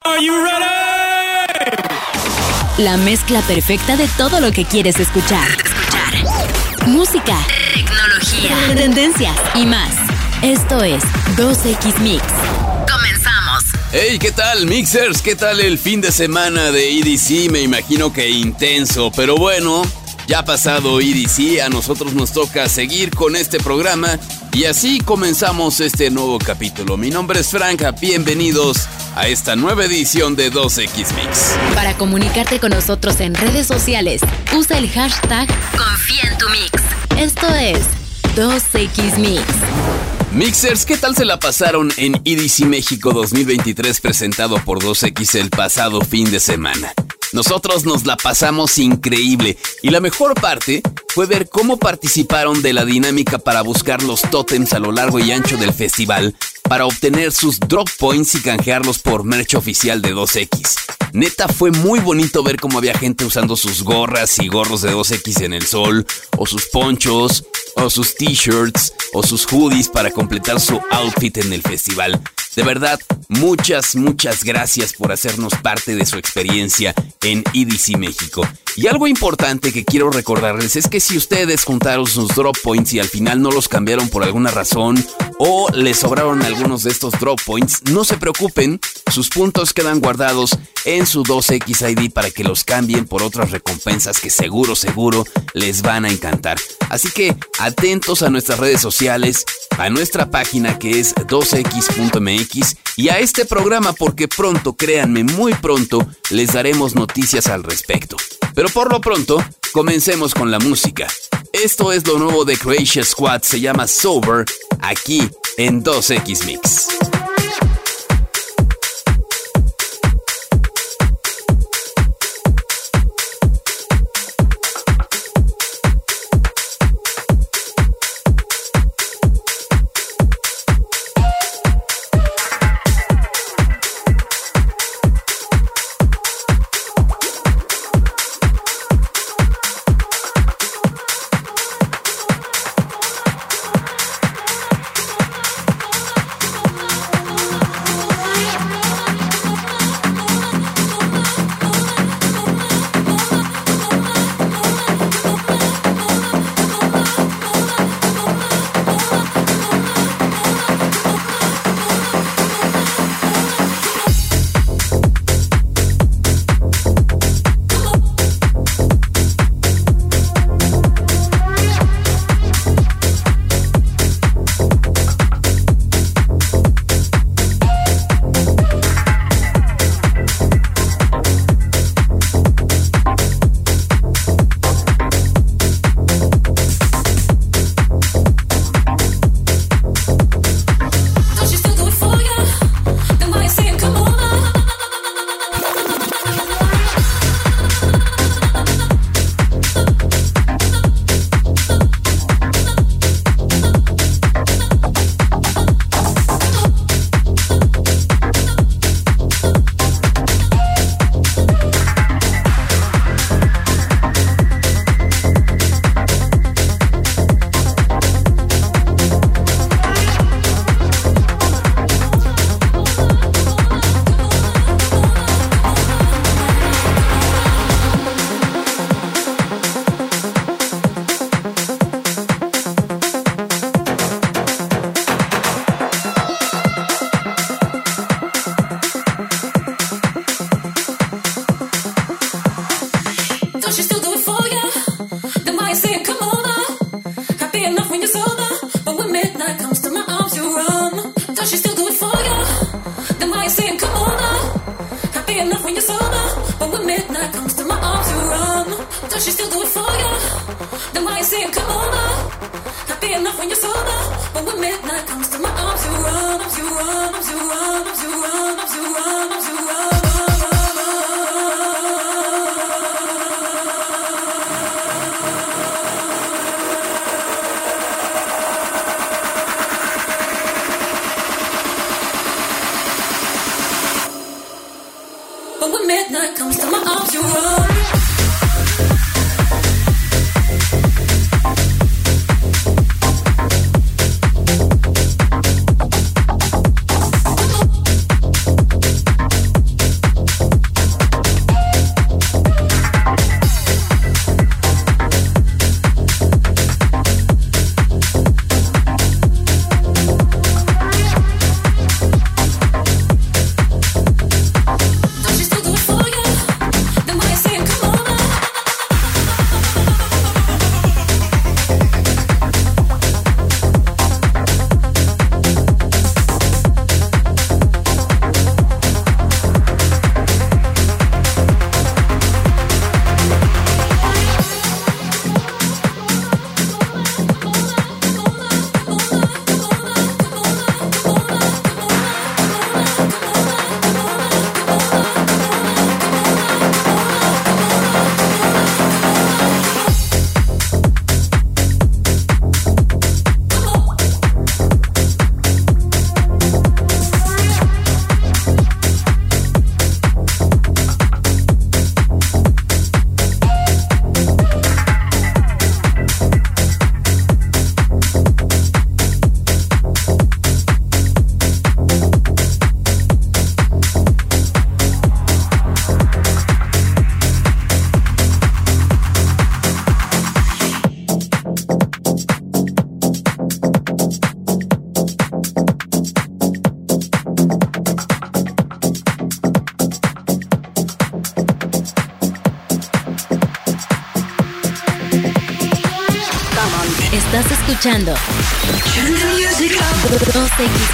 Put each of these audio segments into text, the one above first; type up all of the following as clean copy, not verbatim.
Are you ready? La mezcla perfecta de todo lo que quieres escuchar. Música, tecnología, tendencias y más. Esto es 2X Mix. Comenzamos. Hey, ¿qué tal, Mixers? ¿Qué tal el fin de semana de EDC? Me imagino que intenso, pero bueno, ya ha pasado EDC, a nosotros nos toca seguir con este programa y así comenzamos este nuevo capítulo. Mi nombre es Frank, bienvenidos a esta nueva edición de 2X Mix. Para comunicarte con nosotros en redes sociales, usa el hashtag Confía en tu Mix. Esto es 2X Mix. Mixers, ¿qué tal se la pasaron en EDC México 2023 presentado por 2X el pasado fin de semana? Nosotros nos la pasamos increíble y la mejor parte fue ver cómo participaron de la dinámica para buscar los tótems a lo largo y ancho del festival para obtener sus drop points y canjearlos por merch oficial de 2X. Neta, fue muy bonito ver cómo había gente usando sus gorras y gorros de 2X en el sol, o sus ponchos, o sus t-shirts, o sus hoodies para completar su outfit en el festival. De verdad, muchas gracias por hacernos parte de su experiencia en EDC México. Y algo importante que quiero recordarles es que si ustedes juntaron sus drop points y al final no los cambiaron por alguna razón o les sobraron algunos de estos drop points, no se preocupen, sus puntos quedan guardados en su 2X ID para que los cambien por otras recompensas que seguro les van a encantar. Así que atentos a nuestras redes sociales, a nuestra página que es 2x.mx y a este programa porque pronto, créanme, muy pronto les daremos noticias al respecto. Pero por lo pronto, comencemos con la música. Esto es lo nuevo de Croatia Squad, se llama Sober, aquí en 2X Mix. escuchando 2X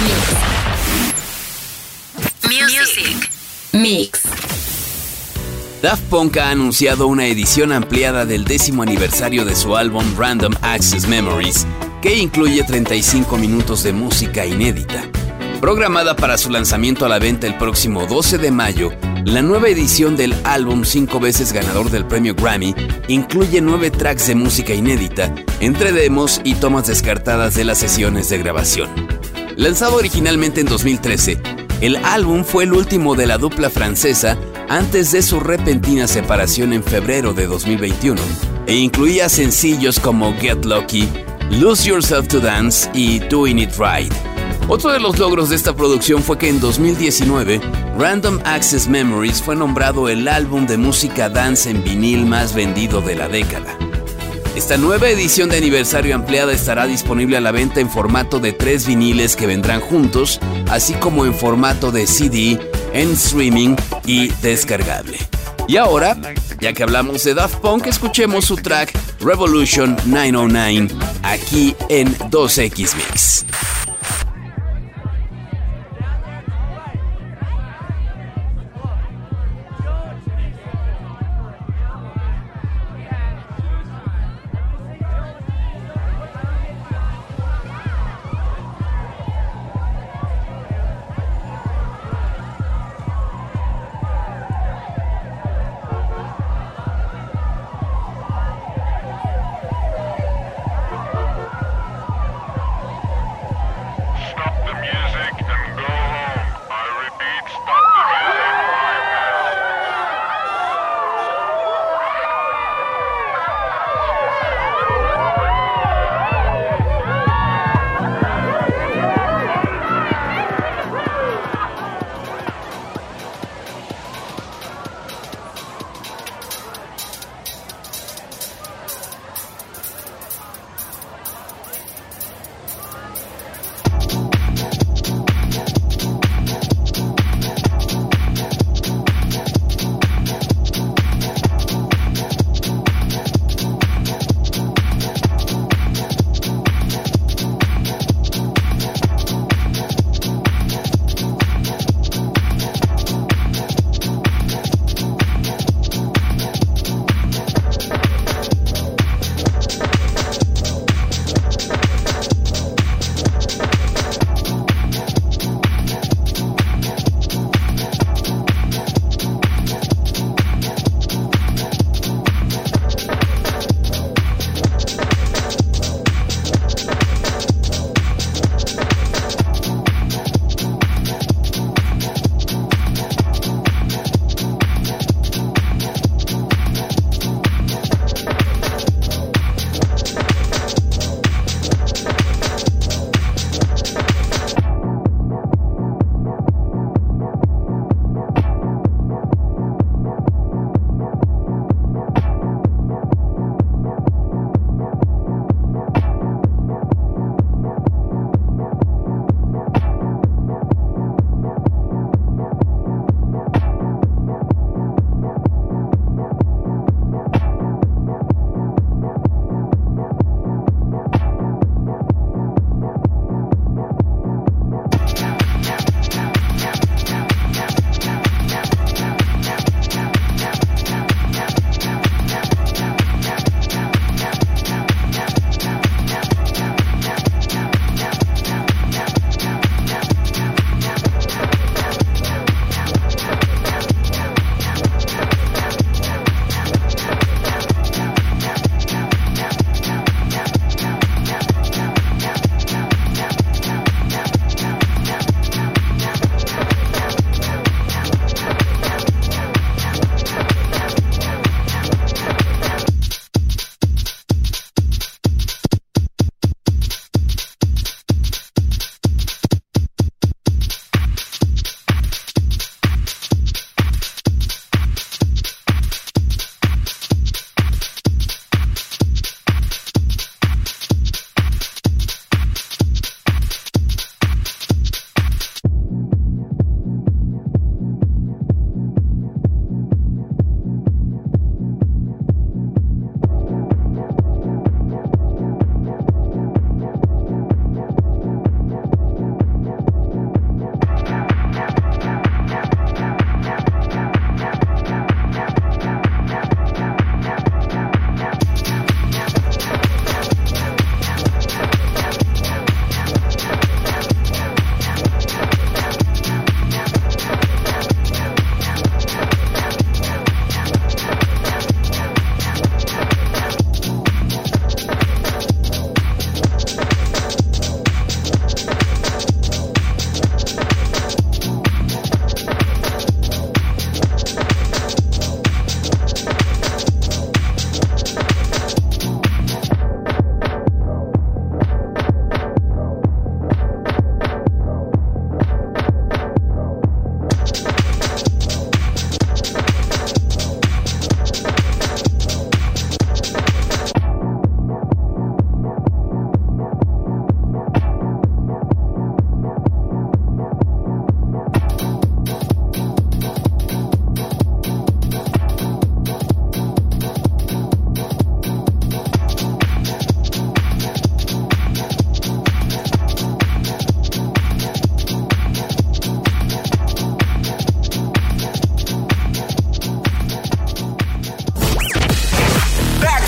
Music Mix. Daft Punk ha anunciado una edición ampliada del 10º aniversario de su álbum Random Access Memories, que incluye 35 minutos de música inédita. Programada para su lanzamiento a la venta el próximo 12 de mayo, la nueva edición del álbum 5 veces ganador del premio Grammy incluye 9 tracks de música inédita, entre demos y tomas descartadas de las sesiones de grabación. Lanzado originalmente en 2013, el álbum fue el último de la dupla francesa antes de su repentina separación en febrero de 2021, e incluía sencillos como Get Lucky, Lose Yourself to Dance y Doing It Right. Otro de los logros de esta producción fue que en 2019, Random Access Memories fue nombrado el álbum de música dance en vinil más vendido de la década. Esta nueva edición de aniversario ampliada estará disponible a la venta en formato de 3 viniles que vendrán juntos, así como en formato de CD, en streaming y descargable. Y ahora, ya que hablamos de Daft Punk, escuchemos su track Revolution 909 aquí en 2X Mix.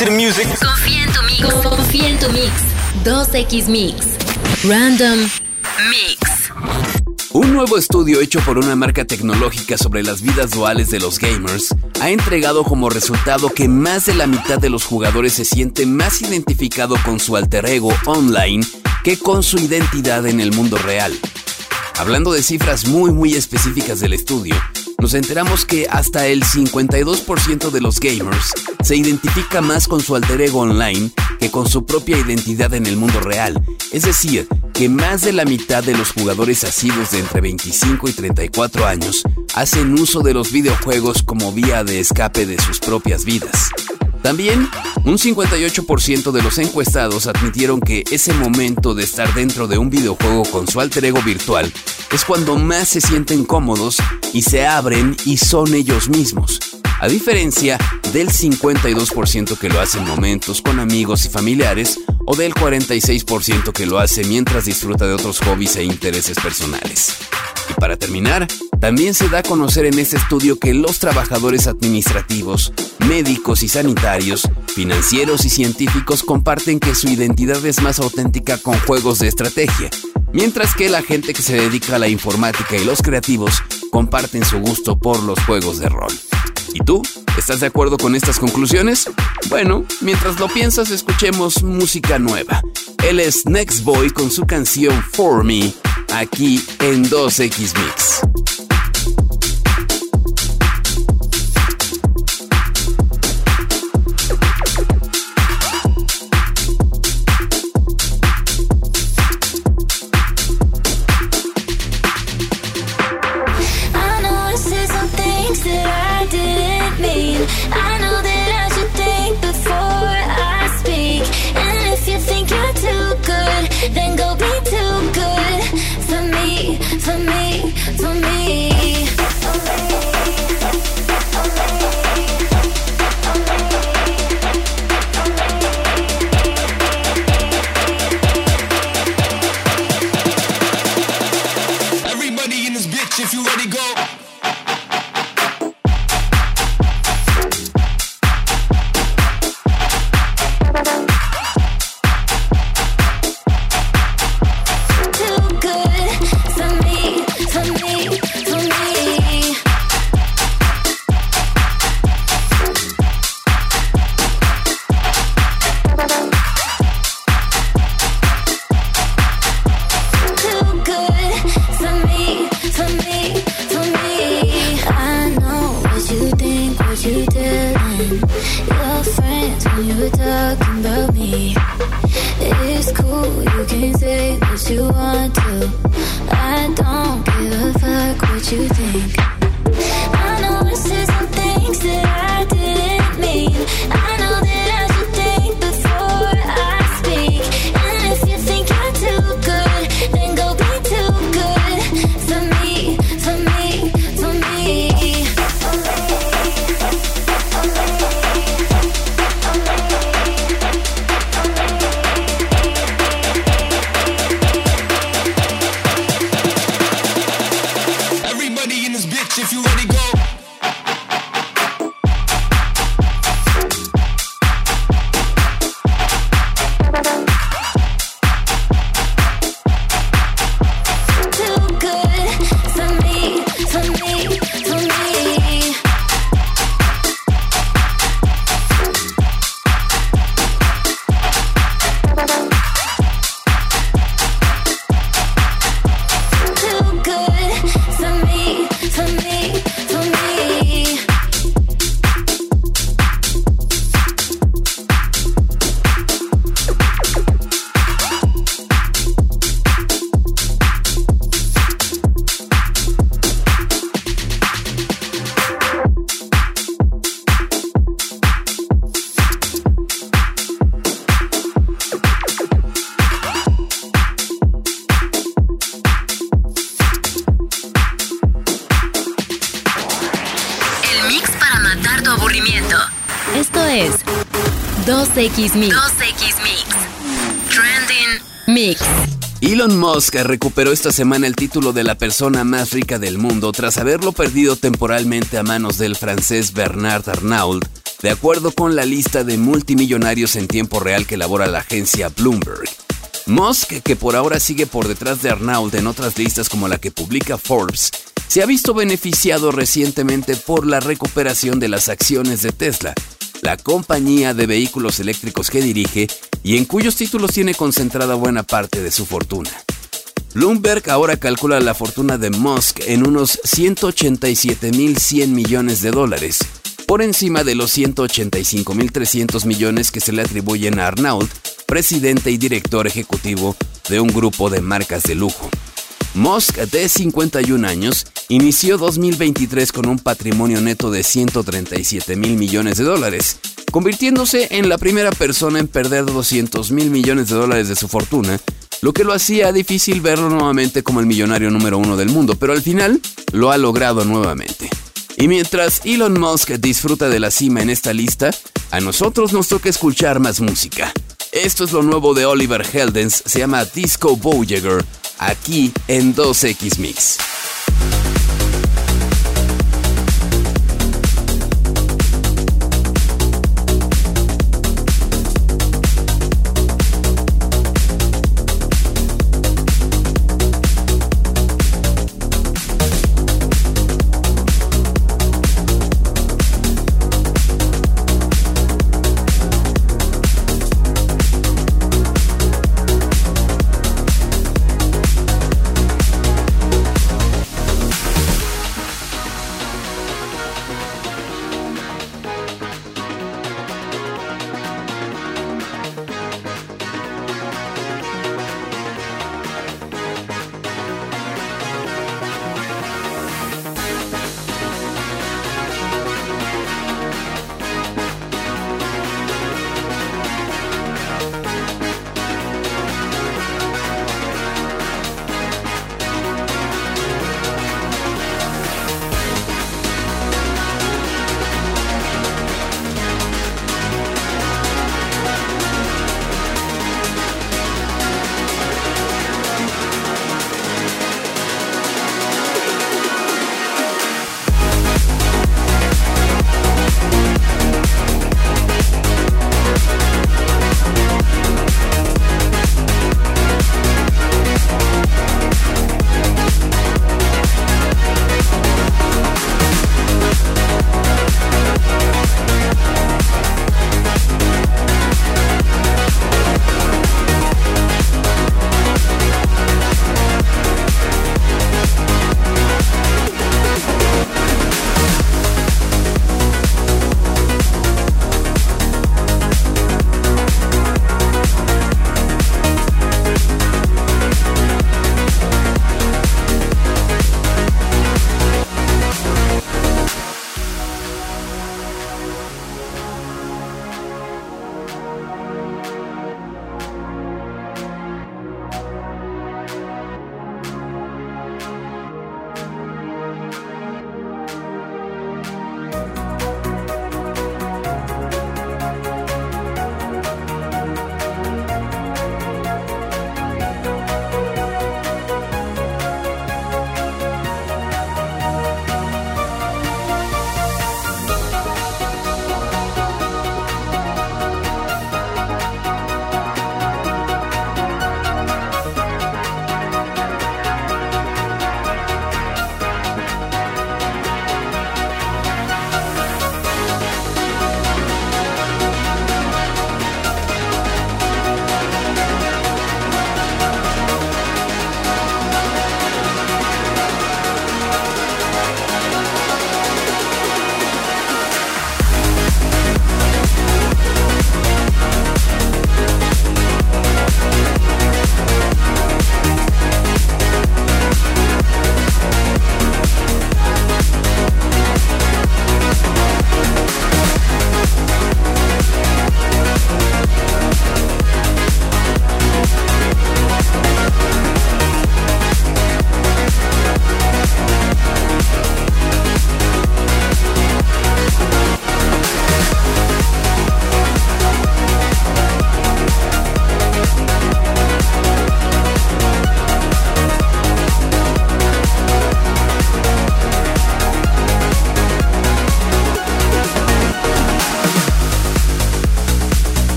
to the music. Confía en tu mix. Confía en tu mix. 2X Mix. Random Mix. Un nuevo estudio hecho por una marca tecnológica sobre las vidas duales de los gamers ha entregado como resultado que más de la mitad de los jugadores se siente más identificado con su alter ego online que con su identidad en el mundo real. Hablando de cifras muy específicas del estudio, nos enteramos que hasta el 52% de los gamers se identifica más con su alter ego online que con su propia identidad en el mundo real. Es decir, que más de la mitad de los jugadores asiduos de entre 25 y 34 años hacen uso de los videojuegos como vía de escape de sus propias vidas. También, un 58% de los encuestados admitieron que ese momento de estar dentro de un videojuego con su alter ego virtual es cuando más se sienten cómodos y se abren y son ellos mismos, a diferencia del 52% que lo hace en momentos con amigos y familiares o del 46% que lo hace mientras disfruta de otros hobbies e intereses personales. Y para terminar, también se da a conocer en este estudio que los trabajadores administrativos, médicos y sanitarios, financieros y científicos comparten que su identidad es más auténtica con juegos de estrategia, mientras que la gente que se dedica a la informática y los creativos comparten su gusto por los juegos de rol. ¿Y tú? ¿Estás de acuerdo con estas conclusiones? Bueno, mientras lo piensas, escuchemos música nueva. Él es Next Boy con su canción For Me, aquí en 2X Mix. I know that I should think before I speak. And if you think you're too good, then go be too good for me, for me, for me. Everybody in this bitch, if you ready, go. Esto es 2X Mix. 2X Mix. Trending Mix. Elon Musk recuperó esta semana el título de la persona más rica del mundo tras haberlo perdido temporalmente a manos del francés Bernard Arnault de acuerdo con la lista de multimillonarios en tiempo real que elabora la agencia Bloomberg. Musk, que por ahora sigue por detrás de Arnault en otras listas como la que publica Forbes, se ha visto beneficiado recientemente por la recuperación de las acciones de Tesla, la compañía de vehículos eléctricos que dirige y en cuyos títulos tiene concentrada buena parte de su fortuna. Bloomberg ahora calcula la fortuna de Musk en unos 187.100 millones de dólares, por encima de los 185.300 millones que se le atribuyen a Arnault, presidente y director ejecutivo de un grupo de marcas de lujo. Musk, de 51 años, inició 2023 con un patrimonio neto de 137.000 millones de dólares, convirtiéndose en la primera persona en perder 200.000 millones de dólares de su fortuna, lo que lo hacía difícil verlo nuevamente como el millonario número 1 del mundo, pero al final lo ha logrado nuevamente. Y mientras Elon Musk disfruta de la cima en esta lista, a nosotros nos toca escuchar más música. Esto es lo nuevo de Oliver Heldens, se llama Disco Voyager, aquí en 2X Mix.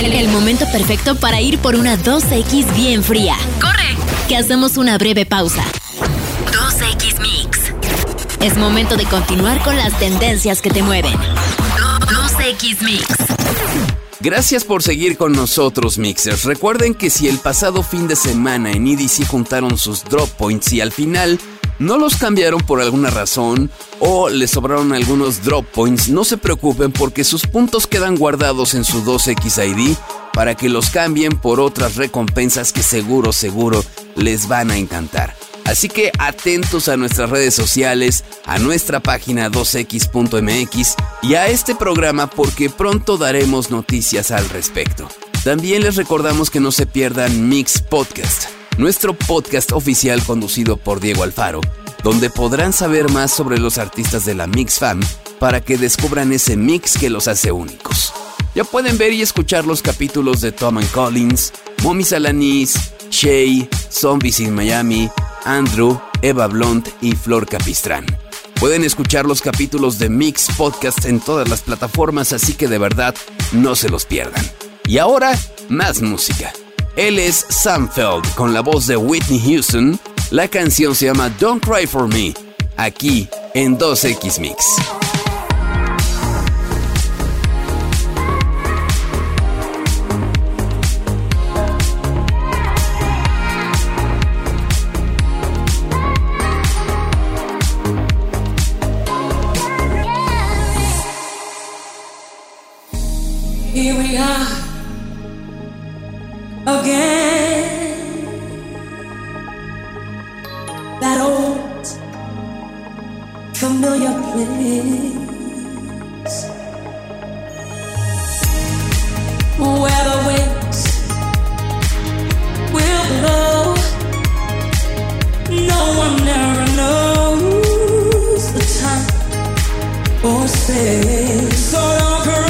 El momento perfecto para ir por una 2X bien fría. ¡Corre! Que hacemos una breve pausa. 2X Mix. Es momento de continuar con las tendencias que te mueven. 2X Mix. Gracias por seguir con nosotros, Mixers. Recuerden que si el pasado fin de semana en EDC juntaron sus drop points y al final no los cambiaron por alguna razón o les sobraron algunos drop points, no se preocupen porque sus puntos quedan guardados en su 2X ID para que los cambien por otras recompensas que seguro les van a encantar. Así que atentos a nuestras redes sociales, a nuestra página 2x.mx y a este programa porque pronto daremos noticias al respecto. También les recordamos que no se pierdan Mix Podcast, nuestro podcast oficial conducido por Diego Alfaro, donde podrán saber más sobre los artistas de la Mix Fam para que descubran ese mix que los hace únicos. Ya pueden ver y escuchar los capítulos de Tom and Collins, Momis Alanis, Shay, Zombies in Miami, Andrew, Eva Blunt y Flor Capistrán. Pueden escuchar los capítulos de Mix Podcast en todas las plataformas, así que de verdad no se los pierdan. Y ahora, más música. Él es Sam Feld con la voz de Whitney Houston. La canción se llama Don't Cry For Me, aquí en 2X Mix. Here we are again, that old familiar place where the winds will blow. No one ever knows the time or space. So don't cry.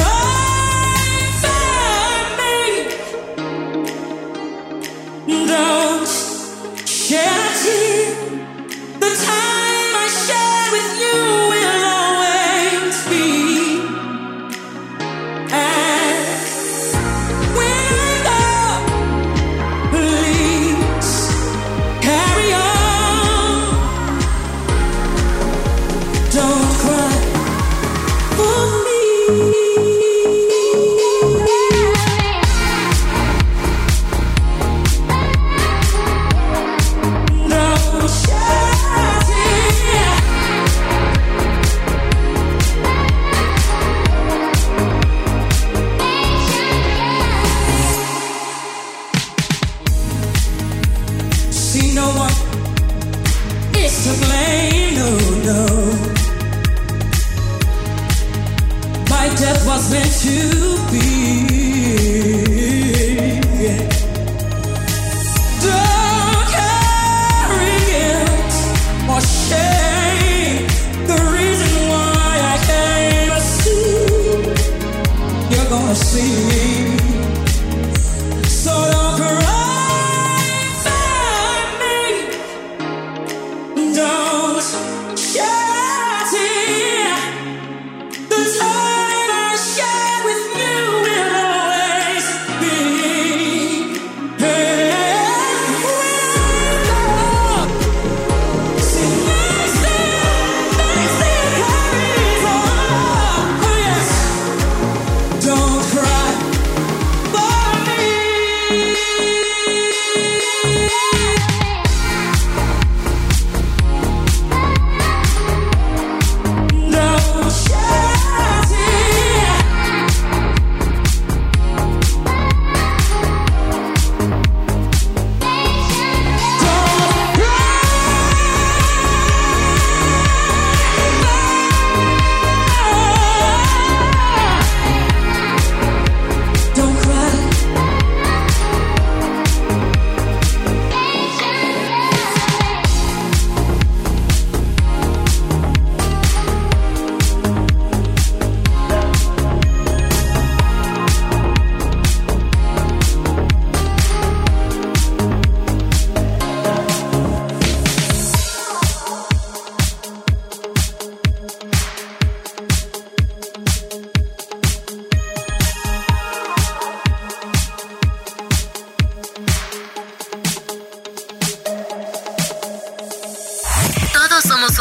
Don't shed a tear. The time I share with you will always be. And when I go, please carry on. Don't cry for me. Was meant to be. Don't carry guilt or shame. The reason why I came to see, you're gonna see me. So don't cry for me. Don't shed a tear. The time I share with you will always be. Hey, see, next thing carries on. Oh yes, don't cry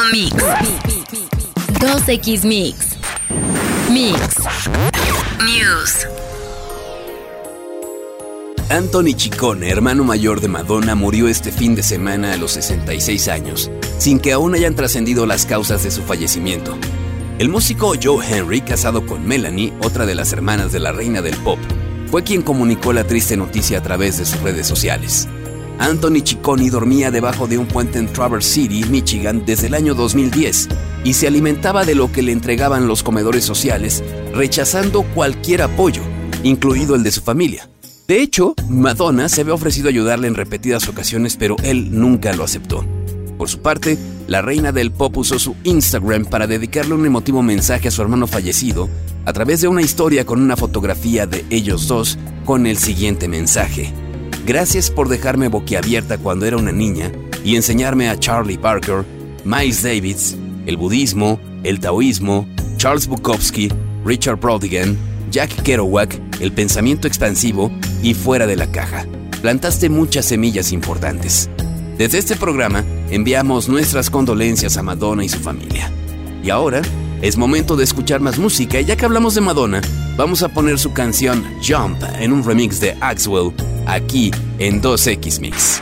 un mix. 2X Mix. Mix. News. Anthony Ciccone, hermano mayor de Madonna, murió este fin de semana a los 66 años, sin que aún hayan trascendido las causas de su fallecimiento. El músico Joe Henry, casado con Melanie, otra de las hermanas de la reina del pop, fue quien comunicó la triste noticia a través de sus redes sociales. Anthony Ciccone dormía debajo de un puente en Traverse City, Michigan, desde el año 2010 y se alimentaba de lo que le entregaban los comedores sociales, rechazando cualquier apoyo, incluido el de su familia. De hecho, Madonna se había ofrecido ayudarle en repetidas ocasiones, pero él nunca lo aceptó. Por su parte, la reina del pop usó su Instagram para dedicarle un emotivo mensaje a su hermano fallecido a través de una historia con una fotografía de ellos dos con el siguiente mensaje: gracias por dejarme boquiabierta cuando era una niña y enseñarme a Charlie Parker, Miles Davis, el budismo, el taoísmo, Charles Bukowski, Richard Brautigan, Jack Kerouac, el pensamiento expansivo y fuera de la caja. Plantaste muchas semillas importantes. Desde este programa enviamos nuestras condolencias a Madonna y su familia. Y ahora es momento de escuchar más música, y ya que hablamos de Madonna, vamos a poner su canción Jump en un remix de Axwell aquí en 2X Mix.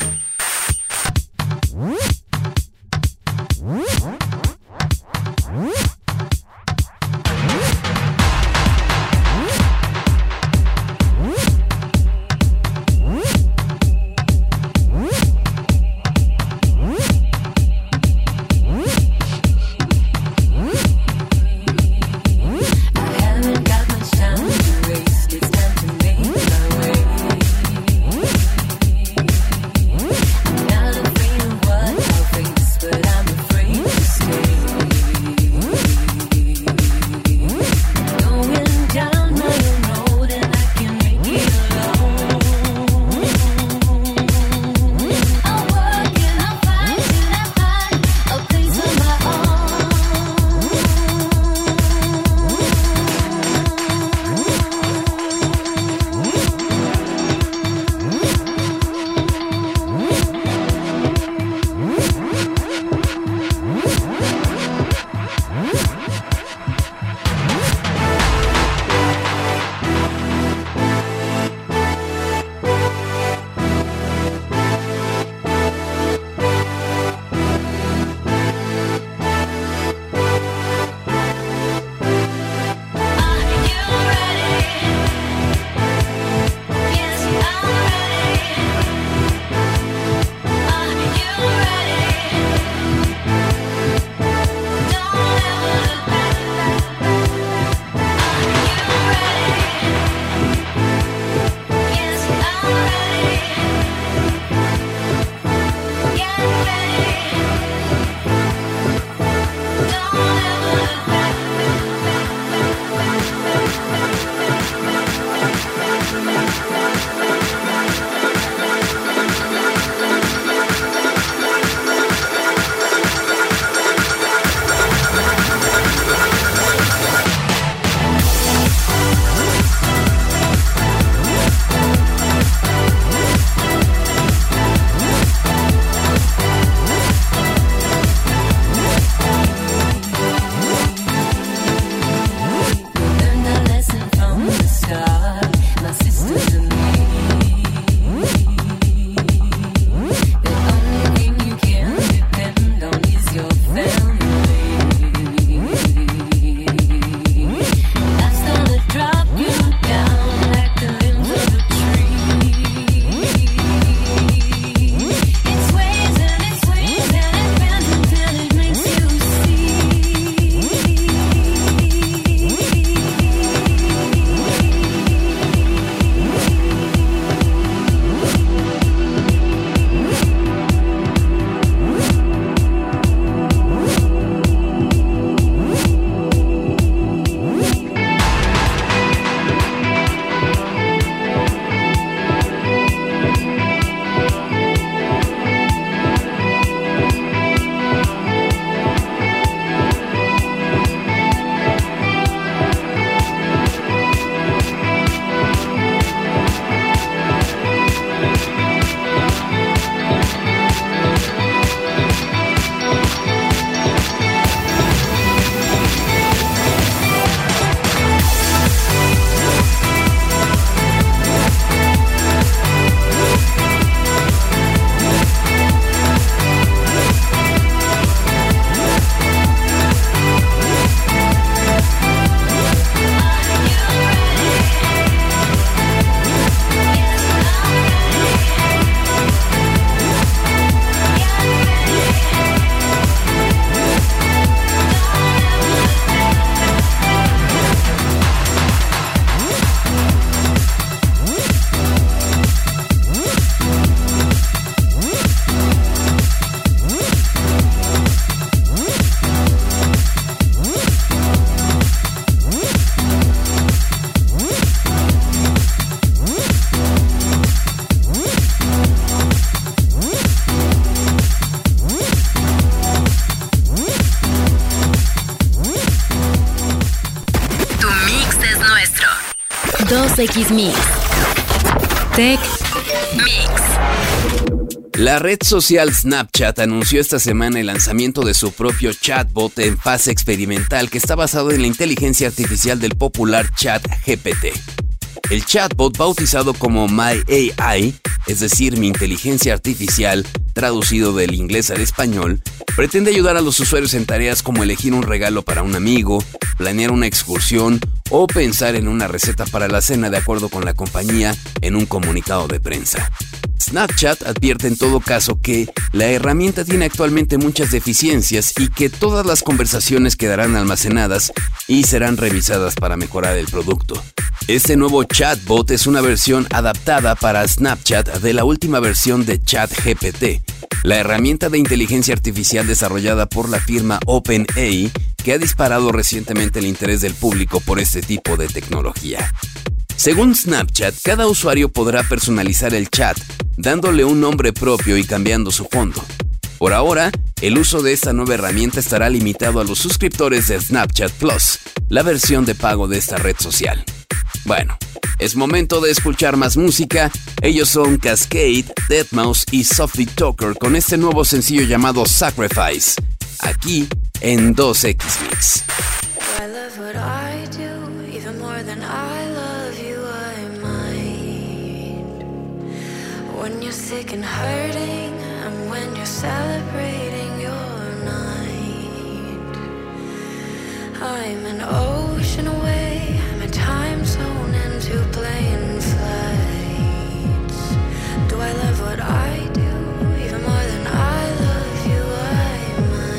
nuestro. 2X Mix. Tech Mix. La red social Snapchat anunció esta semana el lanzamiento de su propio chatbot en fase experimental que está basado en la inteligencia artificial del popular ChatGPT. El chatbot, bautizado como My AI, es decir, mi inteligencia artificial, traducido del inglés al español, pretende ayudar a los usuarios en tareas como elegir un regalo para un amigo, planear una excursión o pensar en una receta para la cena de acuerdo con la compañía en un comunicado de prensa. Snapchat advierte en todo caso que la herramienta tiene actualmente muchas deficiencias y que todas las conversaciones quedarán almacenadas y serán revisadas para mejorar el producto. Este nuevo chatbot es una versión adaptada para Snapchat de la última versión de ChatGPT, la herramienta de inteligencia artificial desarrollada por la firma OpenAI que ha disparado recientemente el interés del público por este tipo de tecnología. Según Snapchat, cada usuario podrá personalizar el chat, dándole un nombre propio y cambiando su fondo. Por ahora, el uso de esta nueva herramienta estará limitado a los suscriptores de Snapchat Plus, la versión de pago de esta red social. Bueno, es momento de escuchar más música. Ellos son Cascade, Deadmau5 y Softly Talker con este nuevo sencillo llamado Sacrifice, aquí en 2X Mix. I love what I do, even more than I love you, I might. When you're sick and hurting, and when you're celebrating your night. I'm an ocean away, I'm a time zone into plane flights. Do I love what I do, even more than I love you, I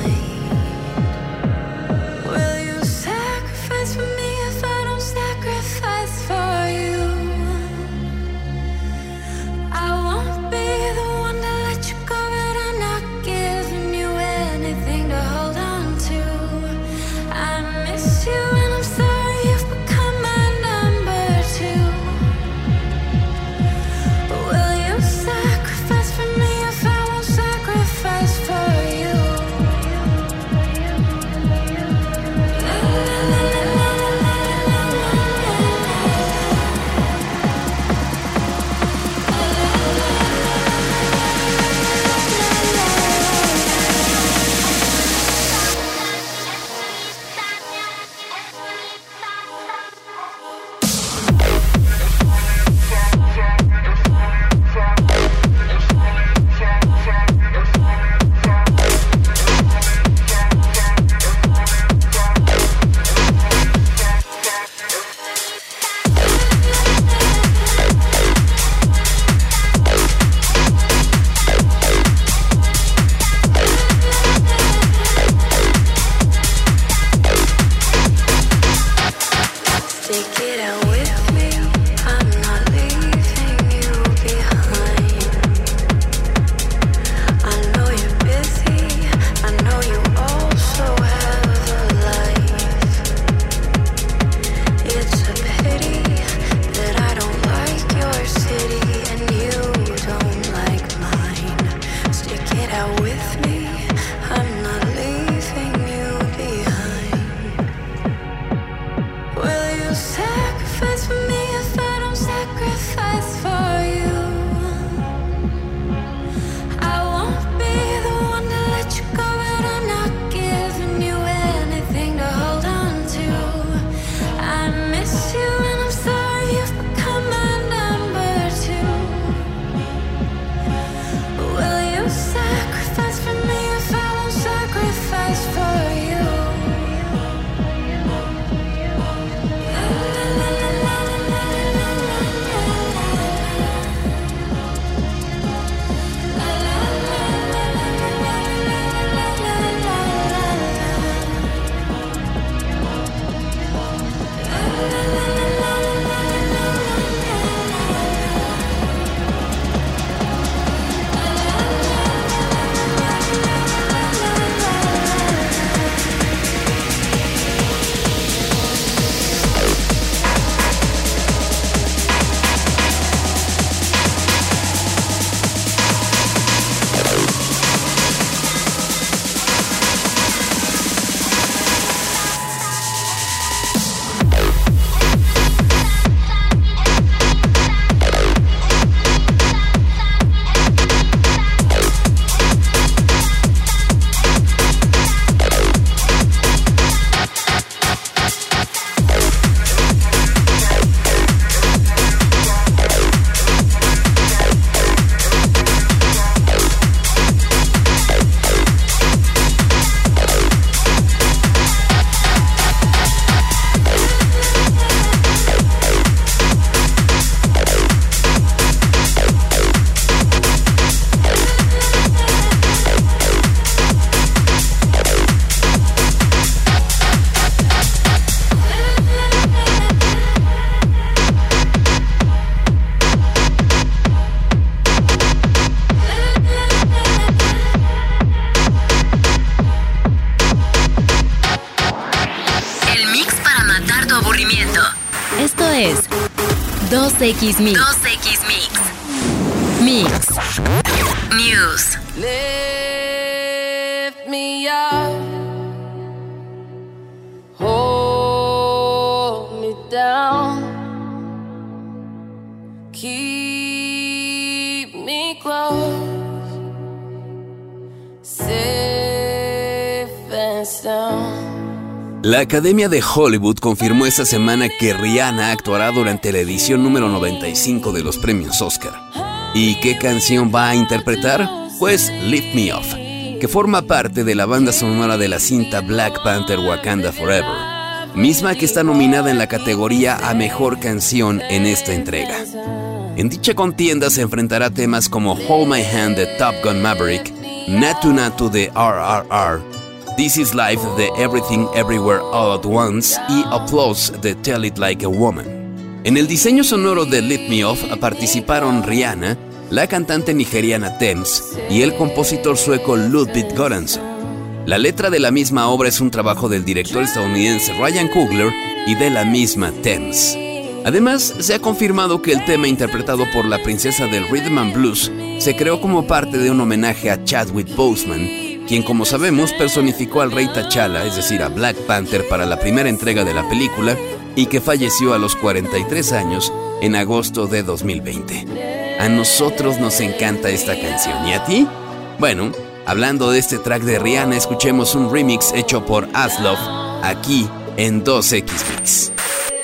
might. Will you sacrifice for me if I don't sacrifice for you? I won't be the one to let you go, but I'm not giving you anything to hold on to. I miss you and I'm sorry you've become my number two. Will you sacrifice for me if I won't sacrifice for you? Stick it out with me, I'm not leaving you behind. I know you're busy, I know you also have a life. It's a pity that I don't like your city and you don't like mine. Stick it out with me, I'm not leaving you behind. Will you sacrifice for me if I don't sacrifice for you? I won't be the one to let you go, but I'm not giving you anything to hold on to. I miss you and I'm sorry you've become my number two. Will you sacrifice for me if I won't sacrifice for you? La la la la la. Esto es 2X Mix. 2X Mix. Mix. News. Lift me up. Hold me down. Keep me close. Safe and sound. La Academia de Hollywood confirmó esta semana que Rihanna actuará durante la edición número 95 de los premios Oscar. ¿Y qué canción va a interpretar? Pues Lift Me Up, que forma parte de la banda sonora de la cinta Black Panther Wakanda Forever, misma que está nominada en la categoría a Mejor Canción en esta entrega. En dicha contienda se enfrentará temas como Hold My Hand de Top Gun Maverick, Natu Natu de RRR, This Is Life de Everything Everywhere All at Once y Applause de Tell It Like a Woman. En el diseño sonoro de Lift Me Up participaron Rihanna, la cantante nigeriana Tems y el compositor sueco Ludwig Göransson. La letra de la misma obra es un trabajo del director estadounidense Ryan Coogler y de la misma Tems. Además, se ha confirmado que el tema interpretado por la princesa del Rhythm and Blues se creó como parte de un homenaje a Chadwick Boseman, quien, como sabemos, personificó al rey T'Challa, es decir, a Black Panther, para la primera entrega de la película y que falleció a los 43 años en agosto de 2020. A nosotros nos encanta esta canción, ¿y a ti? Bueno, hablando de este track de Rihanna, escuchemos un remix hecho por Aslov aquí en 2X Mix.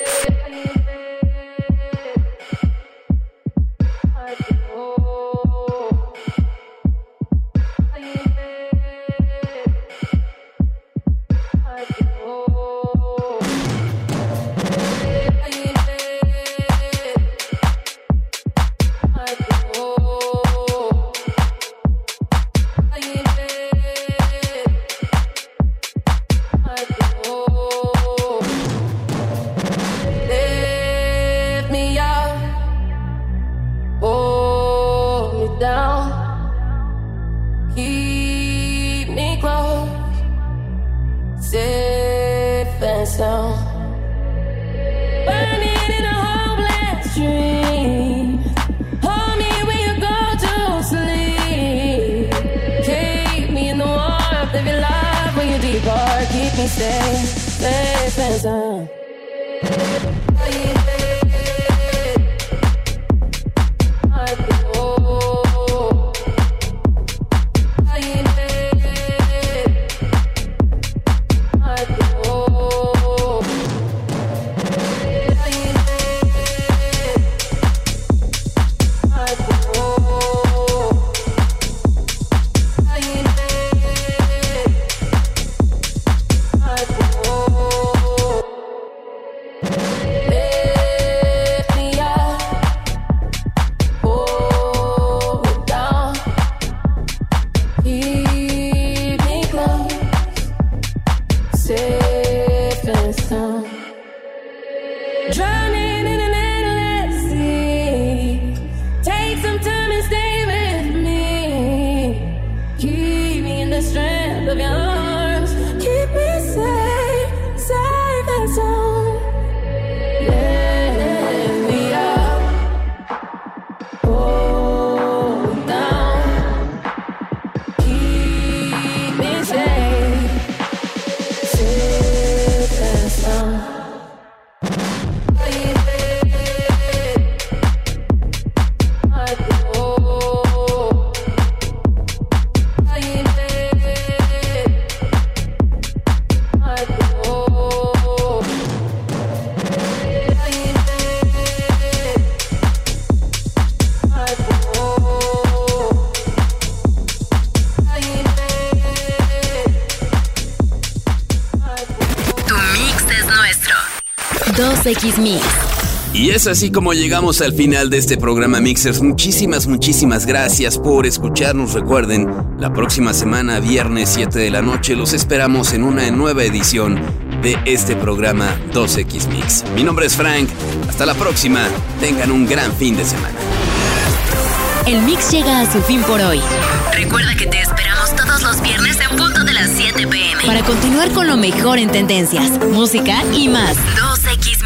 X Mix. Y es así como llegamos al final de este programa Mixers. Muchísimas gracias por escucharnos. Recuerden, la próxima semana, viernes 7 de la noche, los esperamos en una nueva edición de este programa 2X Mix. Mi nombre es Frank. Hasta la próxima. Tengan un gran fin de semana. El mix llega a su fin por hoy. Recuerda que te esperamos todos los viernes en punto de las 7 p.m. para continuar con lo mejor en tendencias, música y más. 2X